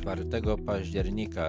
4 października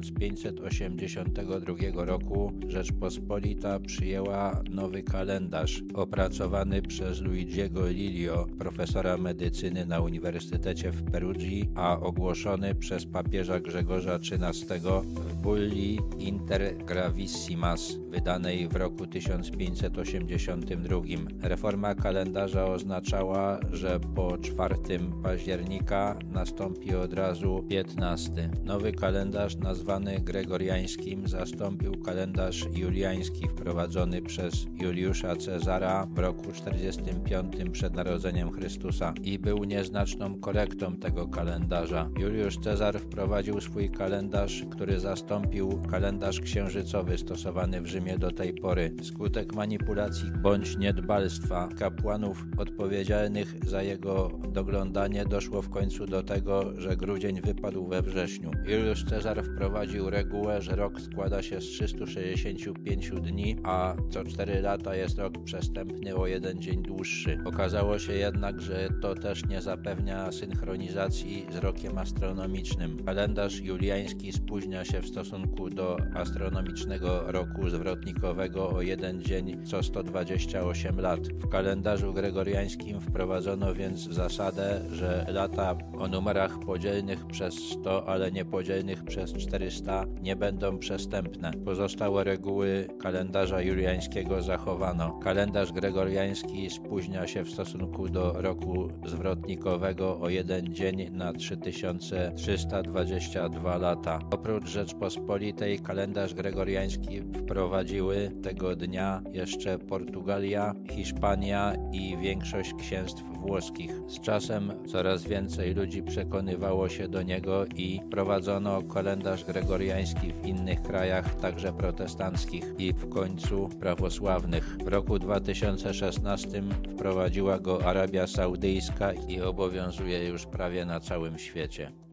1582 roku Rzeczpospolita przyjęła nowy kalendarz opracowany przez Luigiego Lilio, profesora medycyny na Uniwersytecie w Perugii, a ogłoszony przez papieża Grzegorza XIII w bulli Inter Gravissimas, wydanej w roku 1582. Reforma kalendarza oznaczała, że po 4 października nastąpi od razu 15. Nowy kalendarz nazwany gregoriańskim zastąpił kalendarz juliański wprowadzony przez Juliusza Cezara w roku 45 przed narodzeniem Chrystusa i był nieznaczną korektą tego kalendarza. Juliusz Cezar wprowadził swój kalendarz, który zastąpił kalendarz księżycowy stosowany w Rzymie do tej pory. Wskutek manipulacji bądź niedbalstwa kapłanów odpowiedzialnych za jego doglądanie doszło w końcu do tego, że grudzień wypadł we wrześniu. Juliusz Cezar wprowadził regułę, że rok składa się z 365 dni, a co 4 lata jest rok przestępny o 1 dzień dłuższy. Okazało się jednak, że to też nie zapewnia synchronizacji z rokiem astronomicznym. Kalendarz juliański spóźnia się w stosunku do astronomicznego roku zwrotnikowego o 1 dzień co 128 lat. W kalendarzu gregoriańskim wprowadzono więc zasadę, że lata o numerach podzielnych przez 100, ale niepodzielnych przez 400 nie będą przestępne. Pozostałe reguły kalendarza juliańskiego zachowano. Kalendarz gregoriański spóźnia się w stosunku do roku zwrotnikowego o 1 dzień na 3322 lata. Oprócz Rzeczpospolitej kalendarz gregoriański wprowadziły tego dnia jeszcze Portugalia, Hiszpania i większość księstw włoskich. Z czasem coraz więcej ludzi przekonywało się do niego i wprowadzono kalendarz gregoriański w innych krajach, także protestanckich i w końcu prawosławnych. W roku 2016 wprowadziła go Arabia Saudyjska i obowiązuje już prawie na całym świecie.